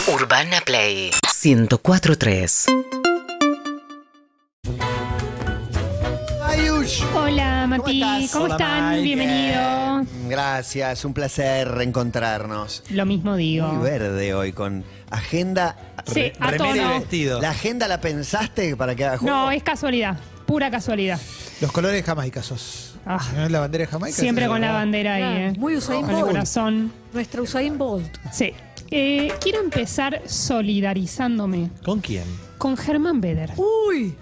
Urbana Play 104.3. Hola Mati, ¿cómo Hola, están? Mike. Bienvenido. Gracias, un placer reencontrarnos. Lo mismo digo. Muy verde hoy con agenda. Sí, a Remera y tono. vestido. ¿La agenda la pensaste para que haga juego? No, es casualidad, pura casualidad. Los colores de Jamaica sos. Ah. ¿No es la bandera de Jamaica? Siempre Sí, con la ¿verdad? bandera ahí, Claro, muy Usain con el Bolt. corazón. Nuestra Usain Bolt. Sí. Quiero empezar solidarizándome ¿Con quién? con Germán Beder. Uy,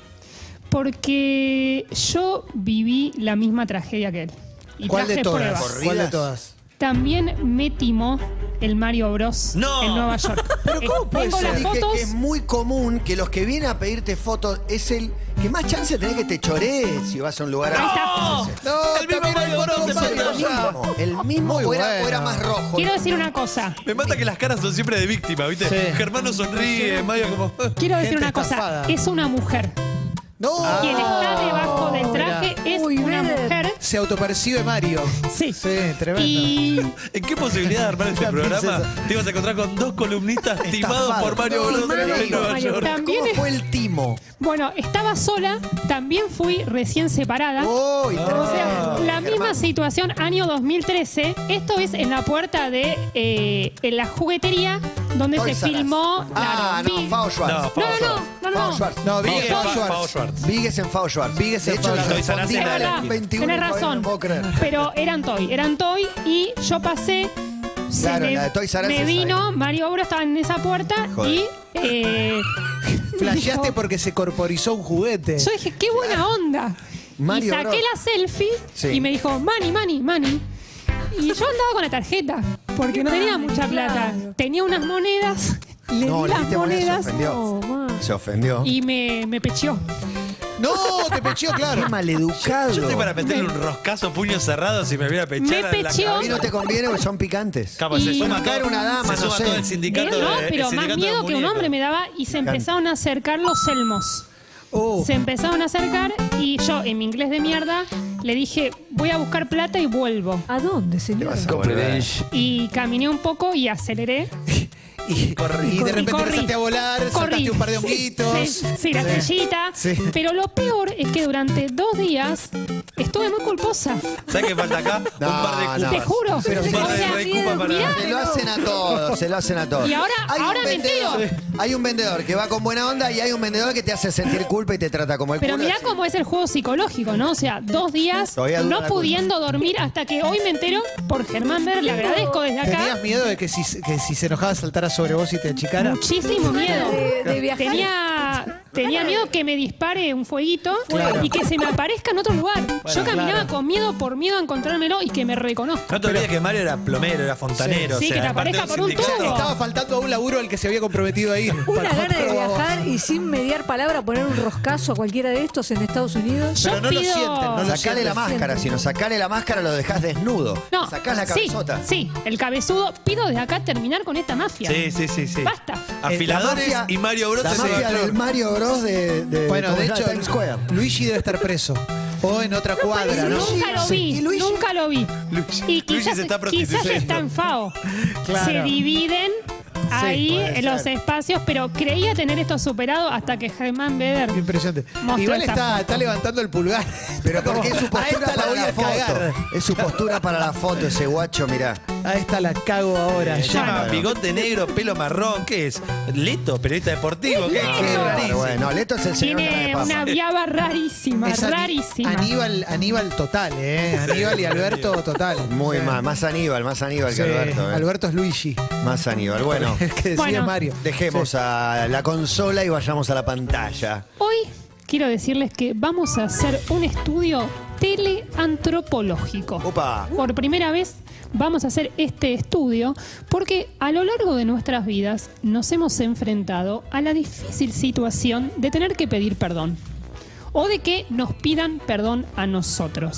Porque yo viví la misma tragedia que él. Y ¿Cuál de traje todas? pruebas. ¿Cuál de todas? También me timó el Mario Bros. ¡No! en Nueva York. ¿Pero cómo puede Tengo ser? las Dije fotos. que es muy común que los que vienen a pedirte fotos es el que más chance tenés que te choree si vas a un lugar Ahí así. está. No, El mismo también hay Mario fotos Bros. de se Mario encuentra Bros. allá. El mismo Muy o era bueno. más rojo. Quiero decir una cosa. Me mata que las caras son siempre de víctima, ¿viste? Sí. Germán no sonríe, Maya como... Quiero decir Gente una cosa. estafada. Es una mujer. No. Quien está debajo del traje es Uy, una Beder. mujer. Se autopercibe Mario. Sí. Sí, tremendo. Y ¿En qué posibilidad de armar este La programa princesa. te ibas a encontrar con dos columnistas timados Estafado. por Mario No, Bros. Mario en Nueva Mario York? también ¿Cómo es- fue el timo? bueno, estaba sola, también fui recién separada. Oh, O sea, la misma situación, año 2013. Esto es en la puerta de en la juguetería donde Toys se R Us. filmó. Ah, claro, no, Fao Schwartz. No, no. Fao Vigue Fao Schwartz. Fao Schwartz. Vigues en Fao Schwartz. Vigues en De hecho, Fao la Schwartz. Toys R Us respondí en la a verdad, la 21 tenés y todavía razón. no puedo creer. Pero eran Toy y yo pasé. Claro, la de Toys R Us me es vino, ahí. Mario Bros estaba en esa puerta Joder. y Flasheaste dijo- porque se corporizó un juguete. yo dije, qué buena onda. Mario y saqué Bros. la selfie Sí. y me dijo, money. Y yo andaba con la tarjeta, porque no tenía mucha plata. Tenía unas monedas, le No, di le las diste moneda, monedas se ofendió. oh, man. Se ofendió. y me pecheó. No, te pecheó, claro. Qué maleducado. Yo estoy para meterle un roscazo puño cerrado si me viera pechar Me en la pecheó. A mí no te conviene porque son picantes. Capaz, se Y- suma Bueno, acá era una dama, se no suma sé. todo el sindicato No, de- pero el más sindicato miedo de que un muñecos. hombre me daba y se empezaron a acercar los elmos. Oh. Se empezaron a acercar y yo, en mi inglés de mierda, le dije, voy a buscar plata y vuelvo. ¿A dónde, señor? vas a volver? Y caminé un poco y aceleré. Y de repente corrí. empezaste a volar, Corrí. saltaste un par de honguitos. Sí, la estrellita. Sí. Pero lo peor es que durante 2 días estuve muy culposa. ¿Sabes qué falta acá? No, un par de no. cupas. Te juro. Un par de O sea, Rey Cupa para... mirá, Se lo hacen a todos, se lo hacen a todos. Y ahora un me entero. Hay un vendedor que va con buena onda y hay un vendedor que te hace sentir culpa y te trata como el Pero culo. mirá así. cómo es el juego psicológico, ¿no? O sea, 2 días Todavía dura no la pudiendo dormir hasta que hoy me entero por Germán Beder. Le agradezco desde acá. ¿Tenías miedo de que si se enojaba saltara sobre vos y te achicara? Muchísimo miedo. De viajar. Tenía miedo que me dispare un fueguito Claro. y que se me aparezca en otro lugar. Yo caminaba claro. con miedo por miedo a encontrármelo y que me reconozca. No te olvides que Mario era plomero, era fontanero. Sí, o sea, que te aparte aparezca del por un sindicato. tubo. Estaba faltando a un laburo al que se había comprometido a ir. Una Para gana de contarlo a vos. viajar y sin mediar palabra poner un roscazo a cualquiera de estos en Estados Unidos. Pero Yo no lo pido- sienten, no lo Sacale sienten. la máscara, si no sacale la máscara lo dejás desnudo. No, Sacás la cabezota. Sí, el cabezudo. Pido desde acá terminar con esta mafia. Sí. Basta. Afiladores La mafia- y Mario Bros. La en Nueva mafia York. del Mario Bros. de Bueno, ¿cómo de se llama? hecho, Times Square. Luigi debe estar preso. O en otra cuadra, ¿no? Nunca lo Sí. vi, ¿Y Luigi? nunca lo vi. Luigi- Y Luigi quizás, se está quizás prostituyendo. está en FAO. Claro. Se dividen ahí puede en los ser. espacios, pero creía tener esto superado hasta que Germán Beder. Impresionante. Mostró Igual esta está foto. levantando el pulgar. Pero porque es su A postura esta la para voy la a foto. cagar. Es su postura para la foto, ese guacho, mirá. A esta la cago ahora. Se llama Bueno. bigote negro, pelo marrón. ¿Qué es? ¿Leto? ¿Periodista deportivo? ¿Qué? Qué Qué raro, rarísimo. bueno, Leto es el señor cara de Tiene papa. una viaba rarísima, Es rarísima. Aníbal total, ¿eh? Aníbal y Alberto total. Muy O sea, más Aníbal sí, que Alberto. Alberto es Luigi. Más Aníbal. Bueno, El que decide Bueno. Mario. dejemos a la consola y vayamos a la pantalla. Hoy quiero decirles que vamos a hacer un estudio teleantropológico. Opa. Por primera vez vamos a hacer este estudio porque a lo largo de nuestras vidas nos hemos enfrentado a la difícil situación de tener que pedir perdón o de que nos pidan perdón a nosotros.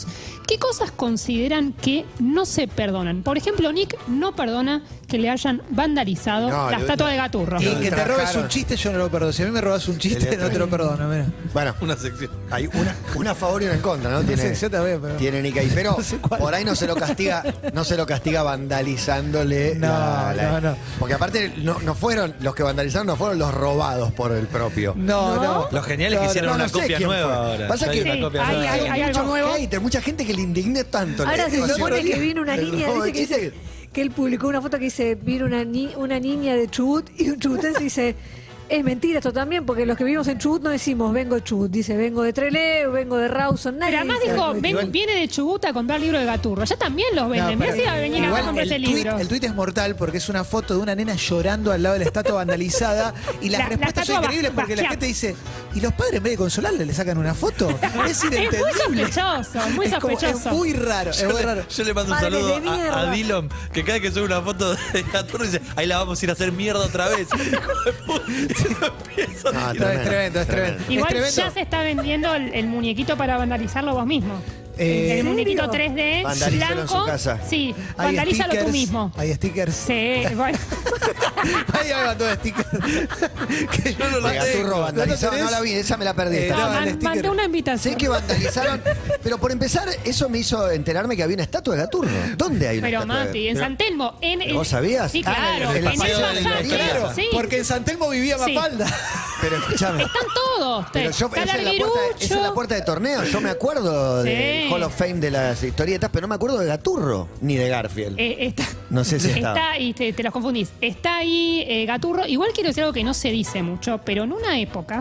¿Qué cosas consideran que no se perdonan? Por ejemplo, Nick no perdona que le hayan vandalizado la estatua de Gaturro. Y que te robes un chiste, yo no lo perdono. Si a mí me robas un chiste, no te lo perdono. Mira. Bueno, Una sección. hay una a favor y una en contra, ¿no? Una sección también, pero- tiene Nick ahí. Pero No sé cuál. por ahí no se lo castiga vandalizándole. No. Porque aparte no fueron los que vandalizaron, no fueron los robados por el propio. No. Lo genial es que hicieron no una sé copia quién nueva fue. ahora. Pasa Ya que- hay una copia hay- nueva. hay algo Muchos nuevo. haters, mucha gente que le indigne tanto. la Ahora se situación. supone que vino una El niña, robo dice de que dice chistes. que él publicó una foto que dice, vino una niña de Chubut y un chubutense dice, es mentira esto también, porque los que vivimos en Chubut no decimos vengo de Chubut, dice vengo de Trelew, vengo de Rawson, nadie Pero además dice, dijo, igual- viene de Chubut a comprar libro de Gaturro. Ya también los venden. Mirá si va a venir a igual comprar ese el libro. tuit es mortal porque es una foto de una nena llorando al lado de la estatua vandalizada y las La respuestas son estatua increíbles porque la basqueada. gente dice, ¿y los padres en vez de consolarle le sacan una foto? Es Es muy inentendible. sospechoso, muy Es como- sospechoso. Es muy raro, es muy raro. Yo le mando un Padres saludo de mierda. a Dillon, que cada vez que sube una foto de Gaturro dice, ahí la vamos a ir a hacer mierda otra vez. Empieza a No, tirar. Es tremendo, es tremendo. Igual Es tremendo. ya se está vendiendo el muñequito para vandalizarlo vos mismo. El ¿En muñequito serio? 3D Vandalízalo en blanco. su casa. Sí, Hay vandalízalo tú stickers, mismo. Hay stickers. Sí, bueno. Ahí me mandó stickers. Que yo no lo De Gaturro vandalizado, no la vi, esa me la perdí. No, No, el sticker. mandé una invitación. Sé que vandalizaron, pero por empezar, eso me hizo enterarme que había una estatua de Gaturro. ¿Dónde hay una Pero estatua de Mati, en Pero- San Telmo. ¿Vos sabías? Sí, Ah, claro. en el En paseo el de la Manhattan. Claro, Sí. Porque en San Telmo vivía Sí. Mafalda. Pero escúchame. Están todos. Pero yo, Está esa, es la Larguirucho. puerta, esa es la puerta de torneo. Yo me acuerdo del Sí. Hall of Fame de las historietas, pero no me acuerdo de Gaturro ni de Garfield. Está, No sé si estaba. está y te los confundís. Está ahí Gaturro. Igual quiero decir algo que no se dice mucho, pero en una época.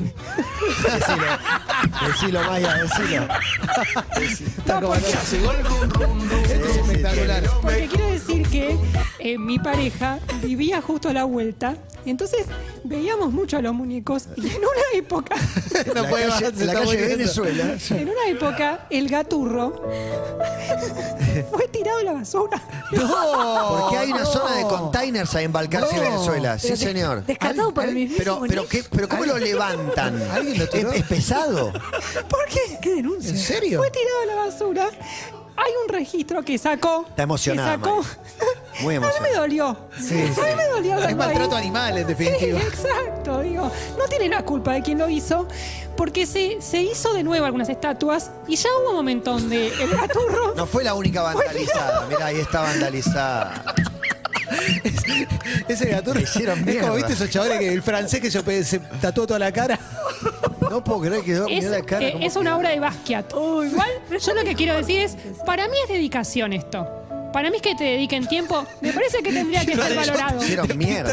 Decilo, Maya, decilo. Está como Esto es espectacular. Porque quiero decir que mi pareja vivía justo a la vuelta. Y entonces veíamos mucho a los muñecos. Y en una época, No La puede calle- más, se la está calle muriendo. Venezuela. en una época, el Gaturro fue tirado a la basura. No. Porque hay una no. zona de containers ahí en Balcarce, No. Venezuela. Sí, señor. descartado por el mismísimo Pero ¿cómo lo levantan? ¿Alguien lo tiró? ¿Es pesado? ¿Por qué? ¿Qué denuncia? ¿En serio? Fue tirado a la basura. Hay un registro que sacó. Está emocionada, Que sacó. Muy A mí me emocionada. dolió. Sí, A mí me dolió Es verlo maltrato ahí. animal, en Sí, definitiva. exacto, digo, no tiene la culpa de quien lo hizo, porque se hizo de nuevo algunas estatuas y ya hubo un momento donde el Gaturro No fue la única vandalizada. Mirá, ahí está vandalizada. Ese Gaturro. Le hicieron Es mierda. como viste esos chavales que el francés que se tatuó toda la cara. No puedo creer que quedó. es, Mirá la cara. cómo es una quedó. obra de Basquiat. Igual, yo lo que quiero decir es, para mí es dedicación esto. Para mí es que te dediquen tiempo. Me parece que tendría que estar valorado. Hicieron mierda.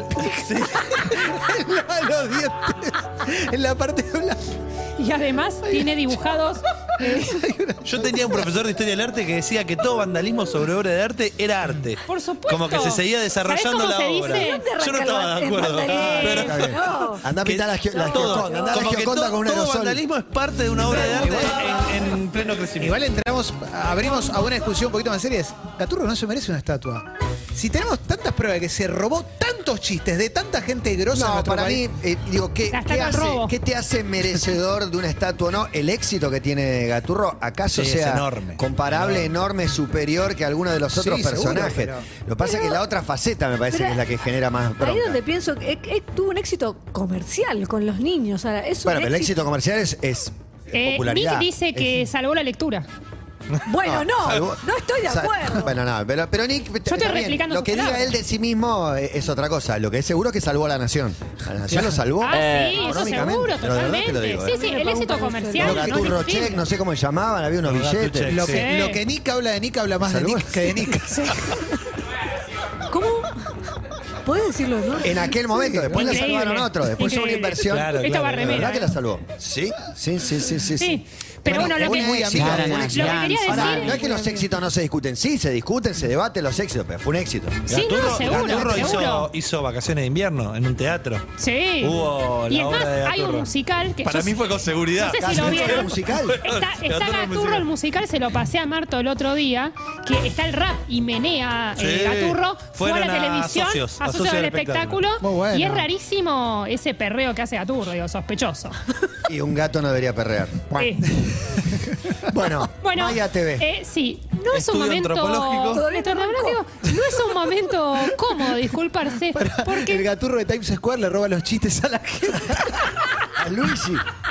Los dientes. En la parte de blanca. Y además tiene dibujados. Yo tenía un profesor de historia del arte que decía que todo vandalismo sobre obra de arte era arte. Por supuesto. Como que se seguía desarrollando ¿Sabés la cómo se obra. dice? Yo no estaba de acuerdo. Pero Está bien. No. Andá a pintar la todo, Gioconda. Andá a la como que Gioconda con un todo aerosol. vandalismo es parte de una obra de arte en pleno crecimiento. Igual abrimos a una discusión un poquito más seria. Gaturro no se merece una estatua. Si tenemos tantas pruebas de que se robó tantos chistes de tanta gente grosa en No, nuestro para país, mí, digo, La estatua del robo. ¿qué te hace merecedor de una estatua o no? El éxito que tiene Gaturro, ¿acaso Sí, es sea enorme. comparable, enorme, superior que alguno de los Sí, otros seguro, personajes? pero- Lo que pasa es que la otra faceta me parece Pero que es la que genera más Ahí bronca. donde pienso que tuvo un éxito comercial con los niños. O sea, es un Bueno, pero el éxito comercial es popularidad. Nick dice que salvó la lectura. Bueno, no, salvo- no estoy de acuerdo. Bueno, no, pero Nick, estoy está bien. replicando Lo sus que diga palabras. él de sí mismo es otra cosa. Lo que es seguro es que salvó a la nación. A la nación lo salvó. Ah, sí, eso económicamente, seguro, pero de verdad te lo totalmente. digo, Sí, ¿eh? sí, el éxito comercial. Los no es Gaturro discutible. Check, no sé cómo se llamaban, había unos Los Gaturro billetes. Check. lo que, Sí. lo que Nick habla de Nick habla más de Salud. Nick que de Nick. ¿Cómo? ¿Puedes decirlo, no? En aquel momento, después la Increíble. salvaron otro, después hizo una Increíble. inversión. Claro, Esta claro, va ¿De remera. verdad que la salvó? Sí, sí. Sí, pero bueno, lo un que, éxito, Gana, un gana, éxito. lo que quería Ahora, decir. no es que los éxitos no se discuten, sí, se discuten, se debaten los éxitos, pero fue un éxito. Sí, no, seguro, Gaturro seguro. hizo Vacaciones de Invierno en un teatro. Sí. Hubo Y la es obra más, de hay un Gaturro. musical que Para yo mí fue con seguridad. No sé si Casi lo un vieron. musical. Está Gaturro Gaturro musical. el musical, se lo pasé a Marto el otro día, que está el rap y menea Sí. Gaturro, fue a la Fueron a televisión, socios, a a socios socios del del espectáculo, Muy bueno. y es rarísimo ese perreo que hace Gaturro, digo, sospechoso. Y un gato no debería perrear. Sí. Bueno, Maya TV. Sí, no es un Estudio momento antropológico. no es un momento cómodo disculparse, El porque gaturro de Times Square le roba los chistes a la gente. A Luigi.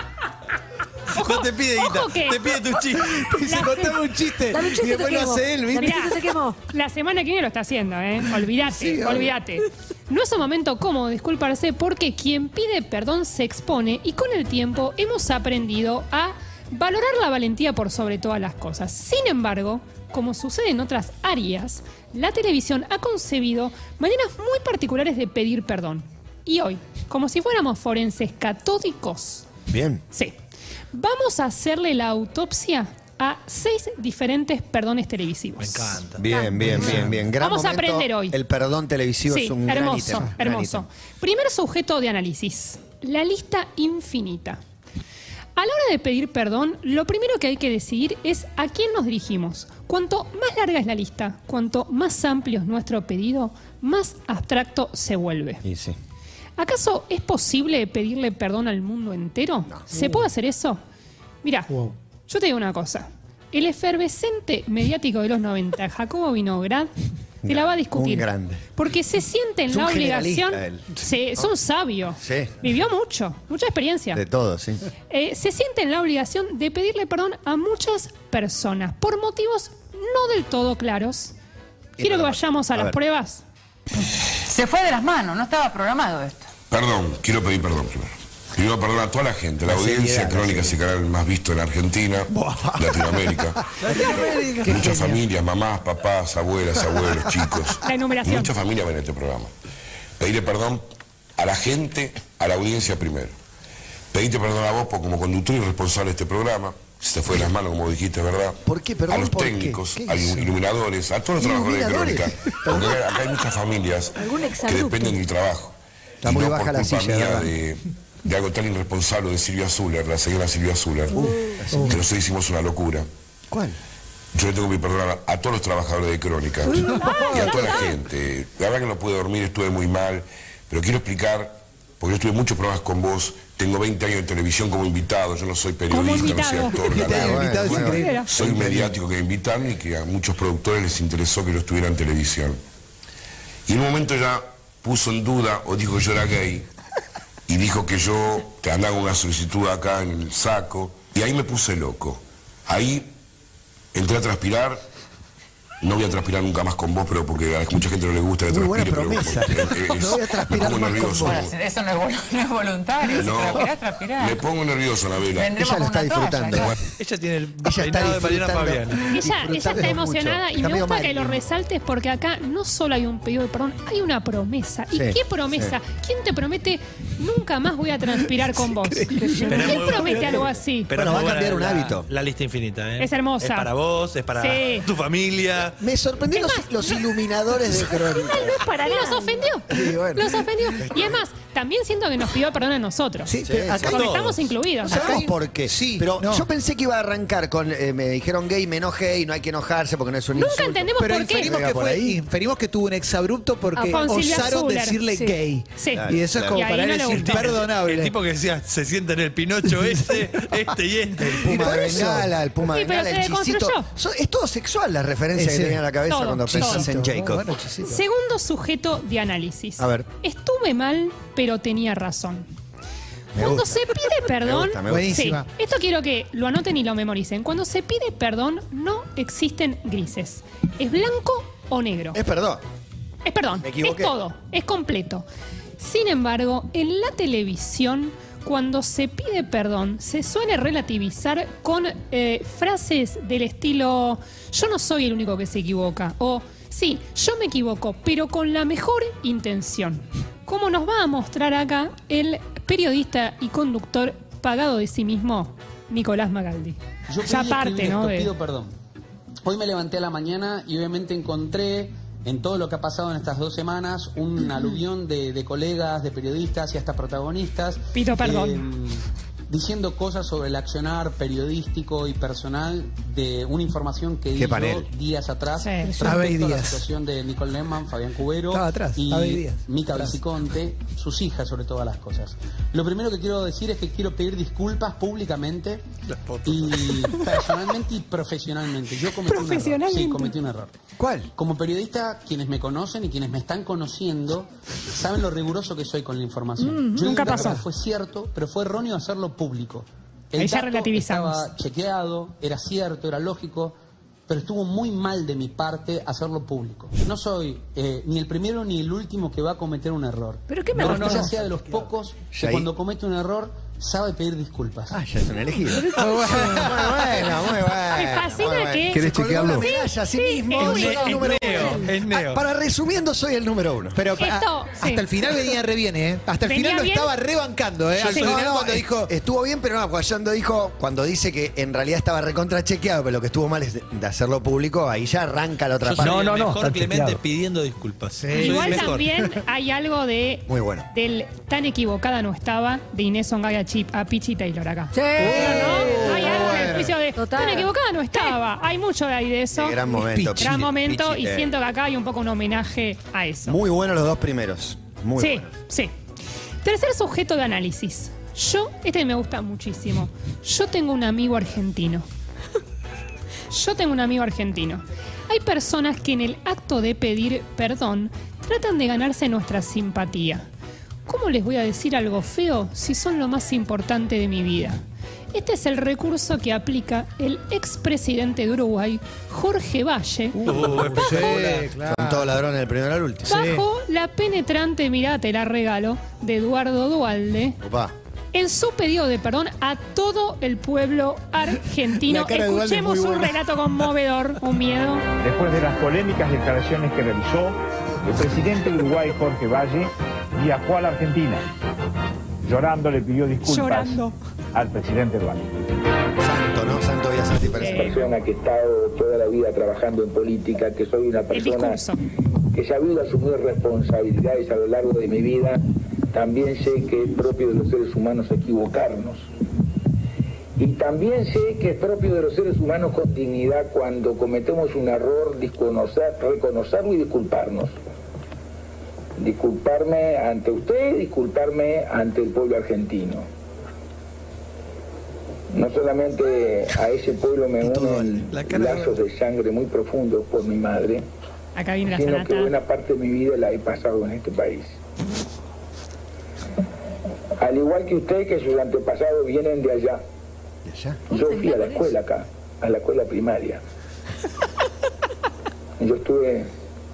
No te pide guita, ojo que- te pide tu chiste. Y se contaba un chiste. Dame un Y chiste, después te lo quemo. hace él, Dame ¿viste? un chiste, te quemo. la semana que viene lo está haciendo, Olvídate, Sí, obvio. olvídate. No es un momento cómodo disculparse porque quien pide perdón se expone y con el tiempo hemos aprendido a valorar la valentía por sobre todas las cosas. Sin embargo, como sucede en otras áreas, la televisión ha concebido maneras muy particulares de pedir perdón. Y hoy, como si fuéramos forenses catódicos, Bien. sí, vamos a hacerle la autopsia a 6 diferentes perdones televisivos. Me encanta. Bien. Gran Vamos a momento. aprender hoy. El perdón televisivo Sí, es un gran hermoso, ítem, gran hermoso. ítem. Primer sujeto de análisis, la lista infinita. A la hora de pedir perdón, lo primero que hay que decidir es a quién nos dirigimos. Cuanto más larga es la lista, cuanto más amplio es nuestro pedido, más abstracto se vuelve. Y sí. ¿Acaso es posible pedirle perdón al mundo entero? ¿Se puede hacer eso? Mirá, yo te digo una cosa. El efervescente mediático de los 90, Jacobo Vinograd, te la va a discutir. Un grande. Porque se siente en Es la un obligación. generalista Es un sabio. Sí. Vivió mucho, mucha experiencia. De todo, sí. Se siente en la obligación de pedirle perdón a muchas personas por motivos no del todo claros. Quiero que vayamos a las ver. pruebas. Se fue de las manos, no estaba programado esto. Perdón, quiero pedir perdón primero. Quiero perdonar a toda la gente, la audiencia, Crónicas y canal más visto en Argentina, Latinoamérica. Muchas familias, mamás, papás, abuelas, abuelos, chicos. La enumeración. Muchas familias ven este programa. Pedirle perdón a la gente, a la audiencia primero. Pedirte perdón a vos como conductor y responsable de este programa. Se te fue de las manos, como dijiste, ¿verdad? ¿Por qué? Perdón, a los ¿por qué? técnicos, ¿Qué a los hizo? iluminadores, a todos los trabajadores de ¿Iluminadores? Crónica. Porque acá hay muchas familias Algún que exabrupto. dependen del trabajo. Está Y muy no baja por la culpa silla, mía ¿verdad? de algo tan irresponsable de Silvia Zuller, la señora Silvia Zuller, que nosotros hicimos una locura. ¿Cuál? Yo le tengo que perdonar a todos los trabajadores de Crónica y a toda la gente. La verdad que no pude dormir, estuve muy mal, pero quiero explicar, porque yo estuve en muchos programas con vos, tengo 20 años de televisión como invitado, yo no soy periodista, no soy invitado. actor, 20 años ganador. de invitado es Bueno, increíble. Soy un mediático que invitaron y que a muchos productores les interesó que yo estuviera en televisión. Y en un momento ya puso en duda o dijo que yo era gay y dijo que yo te andaba una solicitud acá en el saco y ahí me puse loco. Ahí entré a transpirar. No voy a transpirar nunca más con vos, pero porque a mucha gente no le gusta que Muy buena transpire, pero promesa. No voy a transpirar me pongo más con nervioso. vos. Bueno, eso no es voluntario, si No, transpirás, transpirás. me pongo nervioso, Anabela. Vendremos Ella lo con está una toalla, disfrutando. claro. Ella tiene el Ella está peinado de Mariana disfrutando. Fabián. Ella está emocionada y Está me medio gusta que lo Marilyn. resaltes porque acá no solo hay un pedido de perdón, hay una promesa. ¿Y Sí, qué promesa? ¿Quién te promete nunca más voy a transpirar con vos? Pero es ¿Quién muy promete bueno. algo así? Pero Bueno, es va a muy cambiar buena un hábito. La lista infinita, ¿eh? Es hermosa. Es para vos, es para Sí. tu familia. Me sorprendió los iluminadores de Crónica. Para los ofendió. Sí, bueno. Los ofendió. Y es más, también siento que nos pidió perdón a nosotros. Sí, pero acá Porque todos. estamos incluidos. No ¿no? sabemos por qué. Sí, pero no. yo pensé que iba a arrancar con. Me dijeron gay, me enojé y no hay que enojarse porque no es un Nunca insulto. entendemos Pero por qué. inferimos Venga, que, por ahí. inferimos que tuvo un exabrupto porque Con Silvia osaron Zuller, decirle sí. gay. Sí. Y eso es como Y ahí para no él le es gustó. imperdonable. El tipo que decía, se sienta en el Pinocho ese, este y este. Puma por de eso. Bengala, el Puma de Sí, pero Bengala, el se chisito. deconstruyó. Es todo sexual la referencia que Sí. te viene a la cabeza Todo, cuando todo. pensás en Jacob. Bueno, chisito. Segundo sujeto de análisis. A ver. Estuve mal, pero tenía razón. Cuando gusta. se pide perdón, me gusta. Buenísima. sí, esto quiero que lo anoten y lo memoricen. Cuando se pide perdón, no existen grises. Es blanco o negro. Es perdón. Es perdón, Me es equivoqué. todo, es completo. Sin embargo, en la televisión, cuando se pide perdón, se suele relativizar con frases del estilo, yo no soy el único que se equivoca, o sí, yo me equivoco, pero con la mejor intención. Como nos va a mostrar acá el periodista y conductor pagado de sí mismo, Nicolás Magaldi. Yo pedí Ya escribir parte, ¿no? esto, de- pido perdón. Hoy me levanté a la mañana y obviamente encontré en todo lo que ha pasado en estas 2 semanas un aluvión de colegas, de periodistas y hasta protagonistas. Pido perdón. diciendo cosas sobre el accionar periodístico y personal de una información que di panel. yo días atrás Sí. respecto a Abel la Díaz. situación de Nicole Neumann, Fabián Cubero Estaba atrás, y Abel Díaz. Mica Viciconte, sus hijas sobre todas las cosas. Lo primero que quiero decir es que quiero pedir disculpas públicamente y personalmente y profesionalmente. Yo cometí un error. Profesionalmente. Sí, cometí un error. ¿Cuál? Como periodista, quienes me conocen y quienes me están conociendo saben lo riguroso que soy con la información. Yo nunca digo que pasó. fue cierto, pero fue erróneo hacerlo público. El Ahí ya dato relativizamos. estaba chequeado, era cierto, era lógico, pero estuvo muy mal de mi parte hacerlo público. No soy ni el primero ni el último que va a cometer un error. ¿Pero qué me Pero refiero? quizás sea de los pocos Ya que ahí- cuando comete un error sabe pedir disculpas. Ah, ya es un elegido. Muy bueno, muy bueno. Me fascina que... ¿Querés chequearlo? Sí, medalla a sí sí, mismo. es Soy único. el número Neo, uno. es Neo. Para resumiendo, soy el número uno. Pero Esto, hasta sí. el final venía re bien, ¿eh? Hasta el Venía final lo bien. estaba rebancando, ¿eh? Yo Al sí, final no, cuando dijo... estuvo bien, pero no, cuando dice que en realidad estaba recontra chequeado, pero lo que estuvo mal es de hacerlo público, ahí ya arranca la otra Yo parte. soy el mejor está Clemente chequeado. pidiendo disculpas. Soy el Igual mejor. también hay algo de Muy bueno. del tan equivocada no estaba de Inés Ongay a Pichi Taylor acá. Sí. ¿No? Hay algo en el juicio de Total. tan equivocada no estaba. Hay mucho de ahí de eso. Qué gran momento. Gran momento Pichi, y siento que acá hay un poco un homenaje a eso. Muy buenos los dos primeros. Muy sí, buenos. sí. Tercer sujeto de análisis. Este me gusta muchísimo. Yo tengo un amigo argentino. Hay personas que en el acto de pedir perdón tratan de ganarse nuestra simpatía. ¿Cómo les voy a decir algo feo si son lo más importante de mi vida? Este es el recurso que aplica el expresidente de Uruguay, Jorge Valle, Sí, claro. Son todos ladrones del primero al último. bajo la penetrante mirada, te la regalo, de Eduardo Duhalde, Opa. en su pedido de perdón a todo el pueblo argentino. La cara de Duhalde es Escuchemos muy un buena. relato conmovedor, un miedo. Después de las polémicas declaraciones que realizó, el presidente de Uruguay, Jorge Valle, viajó a la Argentina. Llorando le pidió disculpas Llorando. al presidente Duarte. Santo, ¿no? Santo Villasati parece. Persona que he estado toda la vida trabajando en política, que soy una El persona discurso. que he sabido asumir responsabilidades a lo largo de mi vida, también sé que es propio de los seres humanos equivocarnos. Y también sé que es propio de los seres humanos con dignidad cuando cometemos un error, reconocerlo y disculparnos. Disculparme ante usted, disculparme ante el pueblo argentino. No solamente a ese pueblo me unen la cara de- lazos de sangre muy profundos por mi madre, Acá viene la sino que sanata. buena parte de mi vida la he pasado en este país. Al igual que usted, que sus antepasados vienen de allá. ¿Y allá? Yo fui a la escuela acá, a la escuela primaria. Yo estuve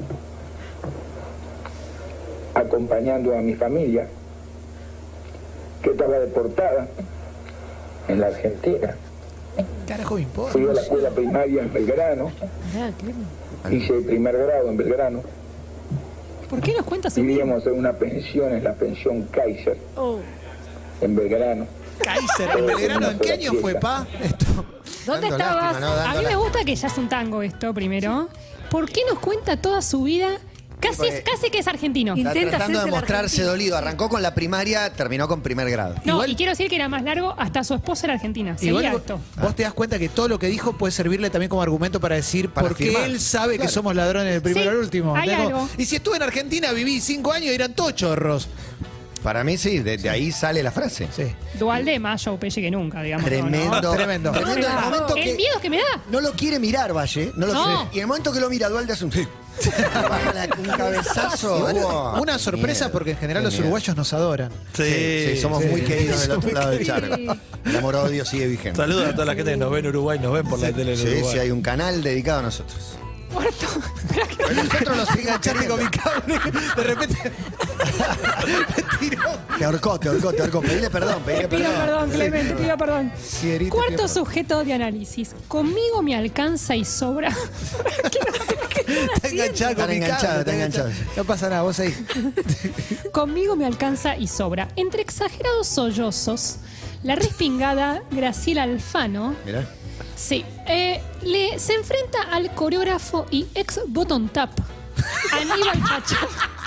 acompañando a mi familia, que estaba deportada en la Argentina. Carajo me importa. Fui a la escuela primaria en Belgrano, hice el primer grado en Belgrano. ¿Por qué nos cuentas su vida? Vivíamos en una pensión, en la pensión Kaiser, en Belgrano. Kaiser, en Belgrano, ¿en qué año fue, pa? Esto. ¿Dónde Dando estabas? lástima, ¿no? A mí me gusta que ya es un tango esto primero. ¿Por qué nos cuenta toda su vida? Casi que es argentino. Está Intenta tratando de hacerse el mostrarse argentino. dolido. Arrancó con la primaria, terminó con primer grado. No, Igual- y quiero decir que era más largo, hasta su esposa era argentina. Seguía Igual esto. vos te das cuenta que todo lo que dijo puede servirle también como argumento para decir Para por qué afirmar. él sabe que Claro. somos ladrones del primero Sí, al último. hay Tengo- algo. Y si estuve en Argentina, viví 5 años y eran todos chorros. Para mí sí, de ahí sale la frase. Sí. Dualde más show pelle que nunca, digamos. Tremendo. ¿no? Tremendo. Tremendo. En el momento El que miedo que me da. no lo quiere mirar, Valle. No lo No. quiere. Y en el momento que lo mira, Dualde hace un... Baja un cabezazo. Wow. Una sorpresa Miedo. porque en general Qué los miedo. uruguayos nos adoran. Sí, somos muy queridos del otro lado del charco. El amor-odio sigue vigente. Saludos a toda la gente que nos ve en Uruguay, nos ven por la tele en Sí, Uruguay. sí, hay un canal dedicado a nosotros. Muerto. Pero nosotros nos siguen Enganchaste con mi cable. De repente. me tiró. Te ahorcó. Pedile perdón, pedile Pido perdón. perdón, Clemente, pido perdón. Cierito, Cuarto pido sujeto de análisis. Conmigo me alcanza y sobra. Está enganchado con Están mi enganchados, cable. están enganchados. No pasa nada, vos ahí. Conmigo me alcanza y sobra. Entre exagerados sollozos, la respingada Graciela Alfano, Mirá. sí, se enfrenta al coreógrafo y ex bottom tap, Aníbal Pachá.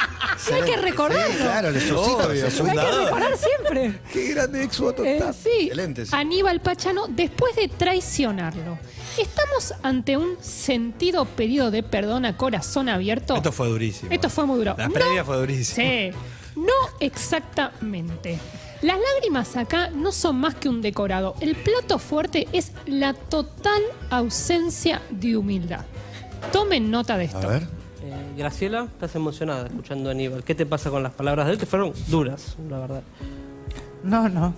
Y hay que recordarlo. Sí, claro, le suscito. Obvio, se Hay que fundador. recordar siempre. Qué grande ex voto está. Sí. Excelente, sí. Aníbal Pachano, después de traicionarlo, ¿estamos ante un sentido pedido de perdón a corazón abierto? Esto fue durísimo. Esto fue muy duro. La previa fue durísima. Sí, no exactamente. Las lágrimas acá no son más que un decorado. El plato fuerte es la total ausencia de humildad. Tomen nota de esto. A ver. Graciela, estás emocionada escuchando a Aníbal. ¿Qué te pasa con las palabras de él? Que fueron duras, la verdad. No.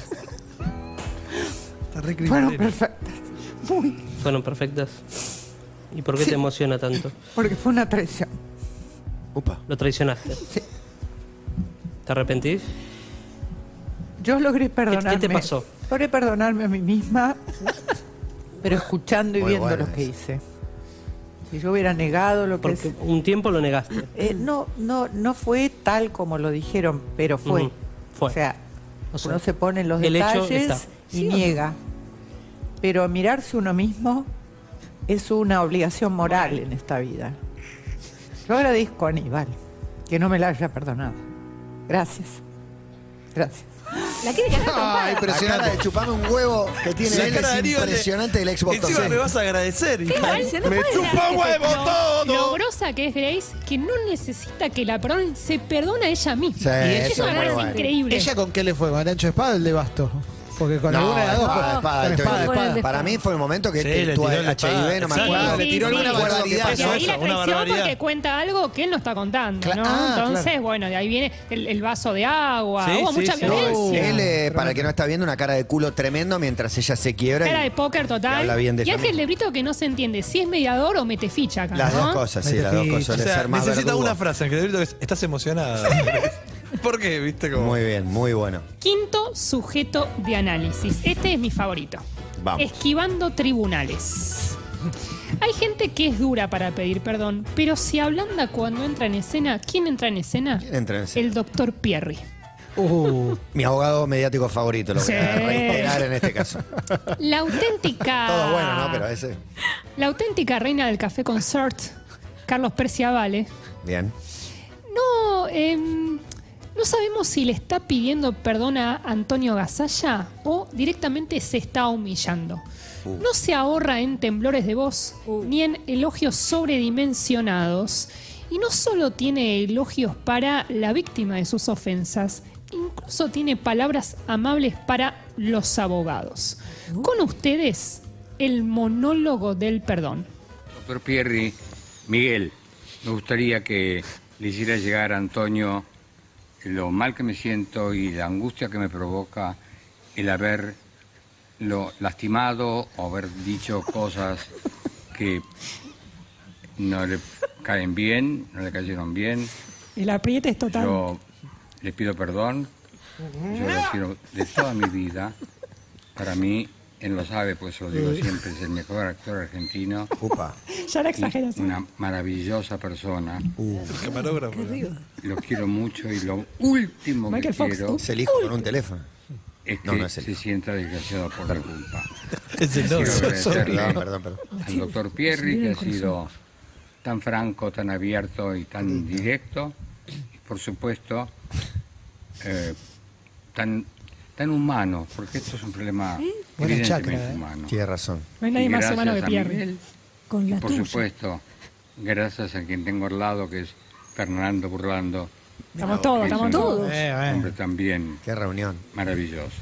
Fueron perfectas. Muy. ¿Fueron perfectas? ¿Y por qué te emociona tanto? Porque fue una traición. Upa. ¿Lo traicionaste? Sí. ¿Te arrepentís? Yo logré perdonarme. ¿Qué te pasó? Logré perdonarme a mí misma, pero escuchando y Muy viendo bueno lo que eso. hice. Si yo hubiera negado lo que Porque un tiempo lo negaste. no fue tal como lo dijeron, pero fue. Ujú, fue. O sea, O sea, uno se pone en los el hecho detalles está. y ¿Sí o no? niega. Pero mirarse uno mismo es una obligación moral en esta vida. Yo agradezco a Aníbal que no me la haya perdonado. Gracias. Gracias. La quiere ganar Ay, trompada. La cara de chuparme un huevo que tiene La él cara de es Aníbal impresionante del Xbox. Encima me vas a agradecer. hija. Igual, Dice, no Me puede chupa ser que huevo te- todo. Lo grosa que es Grace, que no necesita que la perdonen, se perdona a ella misma. Sí, y eso eso es me muy parece bueno. increíble. ¿Ella con qué le fue? ¿Con el ancho de espada o el de basto? Porque con No, alguna de las dos. espada, con espada, espada. Con el de Para mí fue el momento que Sí, él le tuvo tiró la HIV, no me espada. acuerdo. Exacto. le tiró alguna Recuerdo barbaridad. qué Y pasó. ahí la Una traición barbaridad. porque cuenta algo que él no está contando, ¿no? Entonces, claro. bueno, de ahí viene el vaso de agua. Sí, Hubo sí, mucha sí. violencia. Él, para el que no está viendo, una cara de culo tremendo mientras ella se quiebra. Cara y- de póker y total. habla bien de Y ella Ángel misma. de Brito que no se entiende si es mediador o mete ficha acá, Las ¿no? dos cosas, sí, las dos cosas. O Suele sea, ser más necesita verdugo. una frase, Ángel de Brito, que es, estás emocionada. ¿Por qué? ¿Viste cómo? Muy bien, muy bueno. Quinto sujeto de análisis. Este es mi favorito. Vamos. Esquivando tribunales. Hay gente que es dura para pedir perdón, pero si ablanda cuando entra en escena, ¿quién entra en escena? ¿Quién entra en escena? El doctor Pierri. Mi abogado mediático favorito, lo voy a Sí. reiterar en este caso. La auténtica. Todo bueno, ¿no? Pero ese. La auténtica reina del café concert, Carlos Perciavale. Bien. No, no sabemos si le está pidiendo perdón a Antonio Gasalla o directamente se está humillando. No se ahorra en temblores de voz ni en elogios sobredimensionados. Y no solo tiene elogios para la víctima de sus ofensas, incluso tiene palabras amables para los abogados. Con ustedes, el monólogo del perdón. Doctor Pierri, Miguel, me gustaría que le hiciera llegar a Antonio lo mal que me siento y la angustia que me provoca el haberlo lastimado o haber dicho cosas que no le caen bien, no le cayeron bien. El apriete es total. Yo le pido perdón, yo le quiero de toda mi vida. Para mí, él lo sabe, pues se lo digo siempre, es el mejor actor argentino. Upa. Ya la Y exageración. una maravillosa persona. El camarógrafo. Lo quiero mucho y lo último Michael que Fox, quiero ¿no? Es el hijo con un teléfono. es que No, no es el se sienta desgraciado por mi culpa. Es el Quiero novio. agradecerle Perdón. al doctor Pierri, que ha sido tan franco, tan abierto y tan directo. Y por supuesto, tan humano, porque esto es un problema Buena evidentemente chacra, humano. Tiene razón. No hay nadie Y más gracias humano que a Pierri. Miguel, Con la y por tuya. supuesto, gracias a quien tengo al lado, que es Fernando Burlando. Estamos todos, que es estamos un todos. hombre también Qué reunión. maravilloso.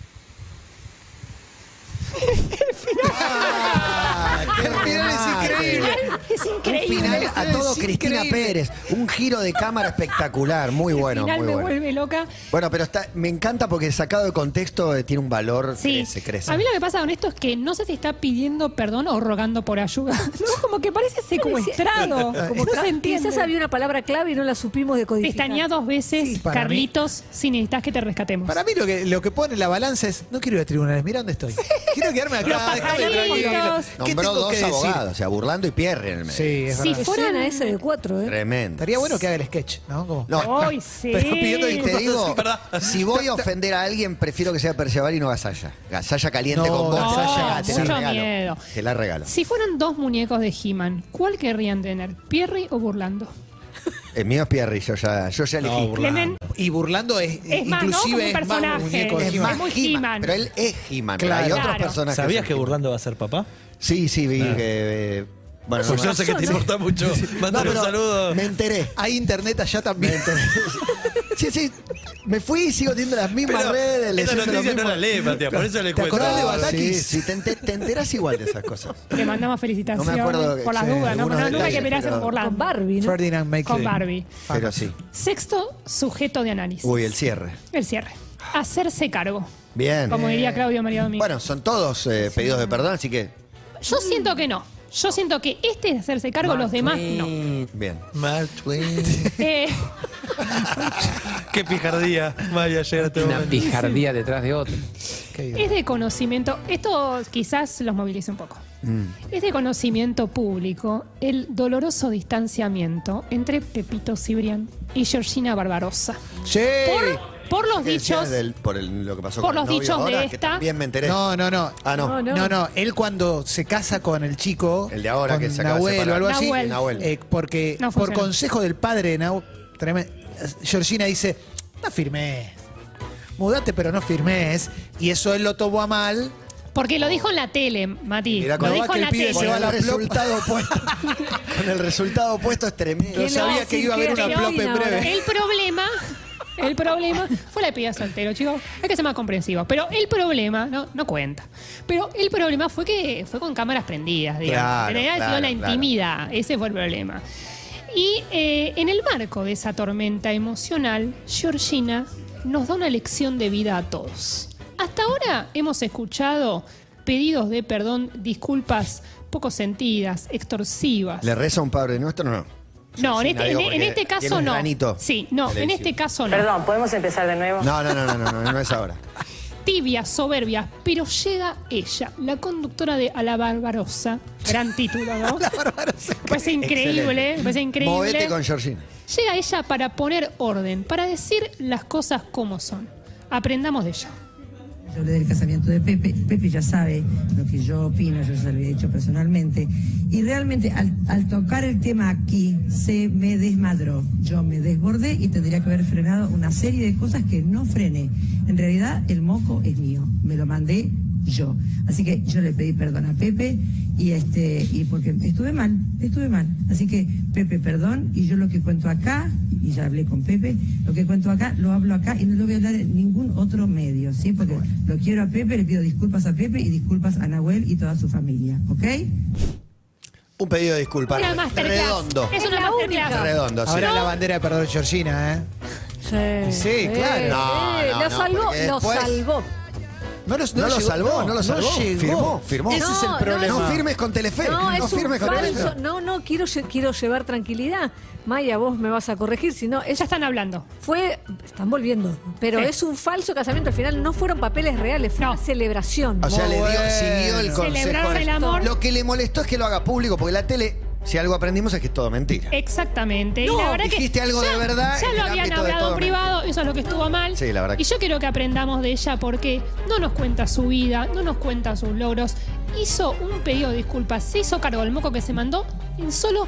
El final es increíble. Es Un increíble. final a todo Es Cristina increíble. Pérez. Un giro de cámara espectacular. Muy bueno, Al final muy me bueno. vuelve loca. Bueno, pero me encanta porque sacado de contexto tiene un valor Sí. que crece. A mí lo que pasa con esto es que no sé si está pidiendo perdón o rogando por ayuda. No, como que parece secuestrado. Como no se entiende. Quizás había una palabra clave y no la supimos decodificar. Pestañea 2 veces, Sí, para Carlitos, si necesitas que te rescatemos. Para mí lo que pone en la balanza es, no quiero ir a tribunales, mira dónde estoy. Quiero quedarme acá, déjame tranquilo. ¿Qué Nombró tengo dos que decir? abogados, o sea, Burlando y Pierre en el medio. Sí, es Si verdad. fueran- Suena ese de 4, ¿eh? Tremendo. Estaría bueno que haga el sketch, ¿no? Como- No, Ay, sí. Pero pidiendo te disculpas. digo, ¿verdad? si voy a ofender a alguien, prefiero que sea Perciabal y no Gasalla. Gasalla caliente No, con vos, no, Gasalla, te la mucho regalo. miedo. Te la regalo. Si fueran dos muñecos de He-Man, ¿cuál querrían tener? ¿Pierri o Burlando? El mío es Pierre, yo ya elegí. Clemen, Y burlando es más, ¿no? Como inclusive un es más personaje. muñeco. Es más muy He-Man, He-Man. pero él es He-Man. Pero Claro. hay otros Claro. personajes. ¿Sabías son que He-Man. Burlando va a ser papá? Sí, vi que... bueno, Pues yo sé que te importa mucho. Mándale un pero saludo. Me enteré. Hay internet allá también. Sí, me fui y sigo teniendo las mismas Pero redes. esa leyendo lo noticia no mismo. la lee, Matías, por eso le ¿Te cuento. acordás de No, Batakis? sí, te enterás igual de esas cosas. le mandamos felicitaciones No me acuerdo por las sí, dudas, ¿no? algunos Pero nunca hay que detalles, pelearse pero- por la Con Barbie, ¿no? Ferdinand Maker. con Barbie. Pero sí. Sexto sujeto de análisis. Uy, el cierre. El cierre. Hacerse cargo. Bien. Como diría Claudio María Domingo. Bueno, son todos pedidos de perdón, así que... Yo siento que no. Yo siento que este es hacerse cargo, los demás no. Bien. Mark Twain. Eh, Qué pijardía. Vaya, llega este Una momento. pijardía detrás de otra. es de conocimiento, esto quizás los movilice un poco. Es de conocimiento público el doloroso distanciamiento entre Pepito Cibrián y Georgina Barbarossa. Sí. Por los ¿Qué decías dichos, por lo que pasó por con el los novio dichos ahora, de que esta. también me enteré. No. Ah, no. No. Él cuando se casa con el chico, El de ahora con que se acaba de Nahuel separar. o algo así, Nahuel. porque No por funcionó. consejo del padre de Nahuel, Georgina dice, no firmés, mudate pero no firmés, y eso él lo tomó a mal. Porque lo dijo en la tele, Mati. Mirá Lo cómo dijo va que en el la pibe tele. se va a la resultado opuesto. Con el resultado opuesto es tremendo. Yo sabía que iba a haber una Pero plop en breve. el problema fue la despedida soltero, chicos. Hay que ser más comprensivos. Pero el problema, no cuenta. Pero el problema fue que fue con cámaras prendidas, digamos. Claro, En realidad claro, la claro. intimidad. Ese fue el problema. Y en el marco de esa tormenta emocional, Georgina nos da una lección de vida a todos. Hasta ahora hemos escuchado pedidos de perdón, disculpas poco sentidas, extorsivas. ¿Le reza un Padre Nuestro o no? No, en Georgina, digo, en porque este tiene caso un no. granito Sí, no, en televisivo. este caso no. Perdón, ¿podemos empezar de nuevo? No es ahora. Tibia, soberbia, pero llega ella, la conductora de A la Barbarossa. Gran título, ¿no? Pues increíble, pues increíble. Movete con Georgina. Llega ella para poner orden, para decir las cosas como son. Aprendamos de ella. Yo hablé del casamiento de Pepe. Pepe ya sabe lo que yo opino, yo ya lo he hecho personalmente. Y realmente al tocar el tema aquí, se me desmadró. Yo me desbordé y tendría que haber frenado una serie de cosas que no frené. En realidad, el moco es mío. Me lo mandé yo. Así que yo le pedí perdón a Pepe y porque estuve mal. Así que, Pepe, perdón. Y yo lo que cuento acá, y ya hablé con Pepe, lo que cuento acá, lo hablo acá y no lo voy a hablar en ningún otro medio, ¿sí? Porque lo quiero a Pepe, le pido disculpas a Pepe y disculpas a Nahuel y toda su familia, ¿ok? Un pedido de disculpas. Una masterclass. Redondo. Es una masterclass. Redondo, sí. Ahora la bandera de perdón Georgina, ¿eh? Sí, claro. No, lo salvó, porque lo después- salvó. No lo No lo salvó. llegó. Firmó. Ese es el No, problema. No firmes con Telefe. No, es firmes un con falso. Telefe. No, quiero llevar tranquilidad. Maya, vos me vas a corregir, si no, Ya ella están hablando. están volviendo, pero Sí. es un falso casamiento. Al final no fueron papeles reales, fue No. una celebración. O sea, Muy bueno. siguió el consejo. Celebraron el amor. Lo que le molestó es que lo haga público, porque la tele, si algo aprendimos es que es todo mentira. Exactamente. No, y la verdad dijiste que algo de verdad Ya en lo el habían ámbito de hablado todo en privado, eso es lo que estuvo mal. Sí, la verdad que- Y yo quiero que aprendamos de ella porque no nos cuenta su vida, no nos cuenta sus logros. Hizo un pedido de disculpas, se hizo cargo del moco que se mandó en solo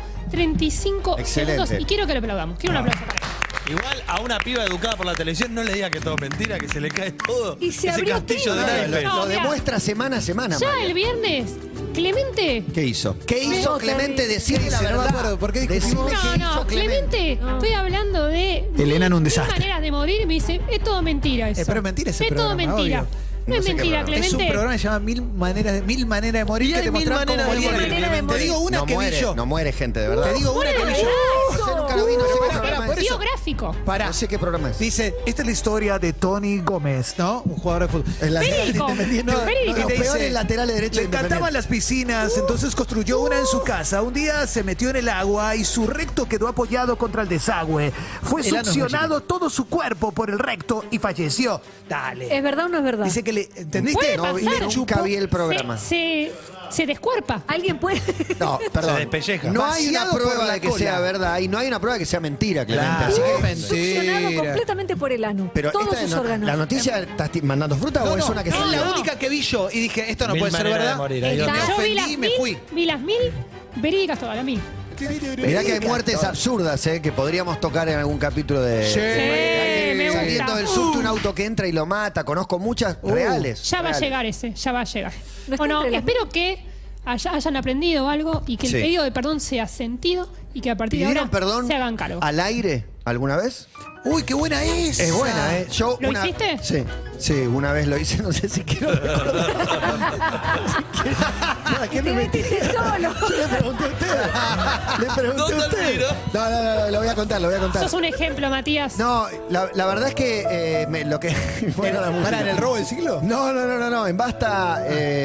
35 Excelente. segundos. Y quiero que le aplaudamos. Quiero un aplauso para ella. Igual a una piba educada por la televisión no le diga que todo es mentira, que se le cae todo. Y se ese abrió castillo de tiro. naipes. No, Lo mira. demuestra semana a semana. Ya María. el viernes, Clemente. ¿Qué hizo? ¿Qué hizo No, Clemente? terrible. Decime la No me verdad. acuerdo, ¿por qué discutimos? Decime qué No, hizo Clemente, estoy hablando de Elena en un mil desastre. maneras de morir y me dice, es todo mentira eso. pero es mentira ese Es todo programa, mentira. obvio. No No es sé qué mentira, programa. Es un Clemente. programa que se llama Mil maneras de morir, Y que hay te mil mostrán cómo maneras de morir. morir, Te digo una No que muere, vi yo. no muere gente, de verdad. Te digo una que vi yo. No sé, nunca lo vi, no sé qué Pará, programa por es. eso. Biográfico. Pará. No sé qué programa es. Dice, esta es la historia de Tony Gómez, ¿no? Un jugador de fútbol. El lateral Verídico. independiente. No, verídico. Los Y te peores dice, laterales derechos le encantaban las piscinas, entonces construyó una en su casa. Un día se metió en el agua y su recto quedó apoyado contra el desagüe. Fue El ano es succionado todo su cuerpo por el recto y falleció. Dale. ¿Es verdad o no es verdad? Dice que le, ¿entendiste? Puede No, pasar. nunca vi el programa. Se descuerpa. ¿Alguien puede? No, perdón. Se despelleja. No hay una Vaciado por prueba la de que cola. sea verdad y no hay una prueba de que sea mentira, Clemente. Claro. Así que- Succionado Mentira. completamente por el ano. Pero todos esta sus no- órganos. ¿la noticia estás mandando fruta o es una que es se la no. única que vi yo y dije, esto no Mil puede ser maneras de verdad. morir, ahí Y donde- me Yo vi ofendí las y me mil, fui. vi las 1000 verídicas todas, las 1000. Mirá que hay muertes absurdas, que podríamos tocar en algún capítulo de... Sí, me gusta. Saliendo del subte un auto que entra y lo mata. Conozco muchas reales. Ya va a reales. llegar ese, ya va a llegar. No Bueno, está entre las- espero que hayan aprendido algo y que el Sí. pedido de perdón sea sentido y que a partir de ¿Pidieron ahora perdón se hagan cargo. al aire alguna vez? Uy, qué buena es. Es buena, ¿eh? Yo ¿Lo hiciste? Sí, sí, una vez lo hice, no sé si quiero recordar. ¿Para qué Te me metí? metiste solo. Yo le pregunté a usted. Le pregunté a usted. No, lo voy a contar, lo voy a contar. Sos un ejemplo, Matías. No, la verdad es que lo que... Bueno, la música. ¿Para en el robo del siglo? No, en Basta,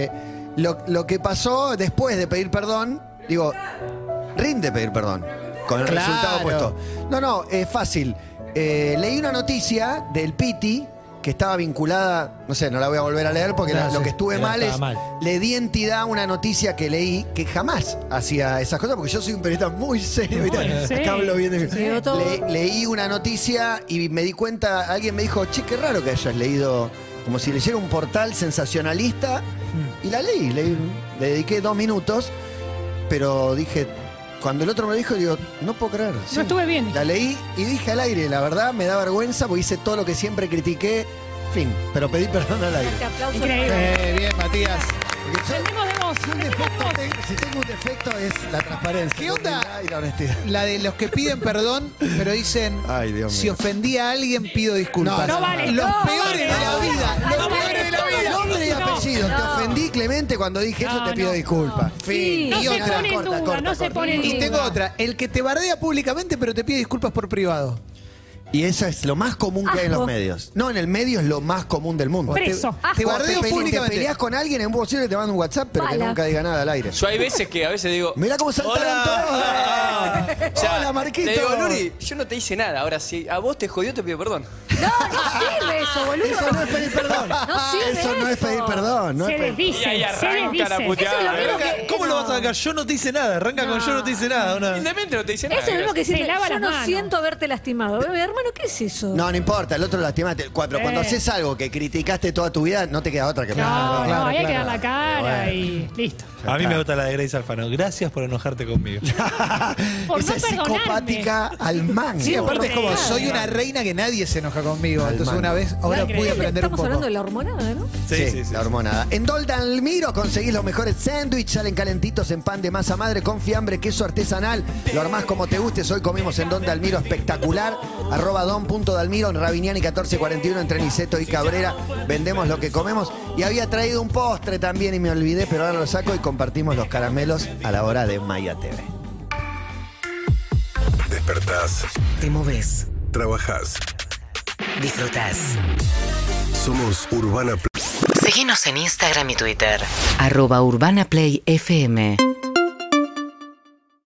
lo que pasó después de pedir perdón, digo, rinde pedir perdón, con el Claro. resultado opuesto. No, es fácil. Leí una noticia del Piti que estaba vinculada, no sé, no la voy a volver a leer porque lo que estuve mal es, le di entidad a una noticia que leí que jamás hacía esas cosas porque yo soy un periodista muy serio. ¿viste? Sí. Acá hablo bien de mí. Llegó todo. Leí una noticia y me di cuenta, alguien me dijo, che, qué raro que hayas leído, como si leyera un portal sensacionalista, y la leí, le dediqué 2 minutos, pero dije, cuando el otro me lo dijo, digo, no puedo creer. sí. No estuve bien. La leí y dije al aire, la verdad me da vergüenza porque hice todo lo que siempre critiqué, fin, pero pedí perdón al aire. Este aplauso. Increíble. Bien, Matías. Porque yo- Aprendemos de vos. si un defecto si tengo un defecto es la transparencia. ¿Qué onda? la humildad y la honestidad. La de los que piden perdón, pero dicen, Ay, Dios si mío. ofendí a alguien, pido disculpas. No vale. Los No peores vale. de la vida. No Los vale. peores de la vida. Nombre y No. apellido. Te No. ofendí, Clemente, cuando dije eso, No, te pido no. disculpas. Fin. No Y se otra, pone en duda, no se pone en Y tengo otra. El que te bardea públicamente, pero te pide disculpas por privado. Y eso es lo más común que hay en los Asco. medios. No, en el medio es lo más común del mundo. Preso. Te Cuando bardeo te públicamente. peleas con alguien, es posible que te manden un WhatsApp, pero que Bala. nunca diga nada al aire. Yo hay veces que a veces digo, Mirá cómo saltaron Hola. todos. o sea, Hola, Marquito. le digo, Luri, yo no te hice nada. Ahora, si a vos te jodió, te pido perdón. No sirve eso, boludo. Eso no es pedir perdón. No sirve Eso no es pedir perdón. No Se es pedir... desdice, Y ahí se arranca la desdice. puteada. Eso es lo mismo que... ¿Cómo lo vas a sacar? Yo no te hice nada. Arranca con yo no te hice nada. Una... Humildemente no te dice nada. Eso es lo mismo que Se decir, lava yo las no manos. siento haberte lastimado. Hermano, ¿qué es eso? No importa, el otro lastimaste. Pero cuando haces algo que criticaste toda tu vida, no te queda otra que No, claro, hay que claro. dar la cara y listo. A mí me gusta la de Grace Alfano. Gracias por enojarte conmigo. Por Esa no es perdonarme. psicopática al mango. Sí, aparte es como, Claro. soy una reina que nadie se enoja conmigo. Al Entonces mango. una vez, ahora Increíble. pude aprender un Estamos poco. hablando de la hormonada, ¿no? Sí, la hormonada. En Dolda Almiro conseguís los mejores sándwiches, salen calentitos en pan de masa madre con fiambre, queso artesanal. Lo armás como te guste. Hoy comimos en Dolda Almiro, espectacular. @don.dalmiro en Rabiniani 1441 entre Niceto y Cabrera. Vendemos lo que comemos. Y había traído un postre también y me olvidé, pero ahora lo saco y compartimos los caramelos a la hora de Maya TV. Despertás. Te moves. Trabajás. Disfrutás. Somos Urbana Play. Seguinos en Instagram y Twitter. @UrbanaPlayFM.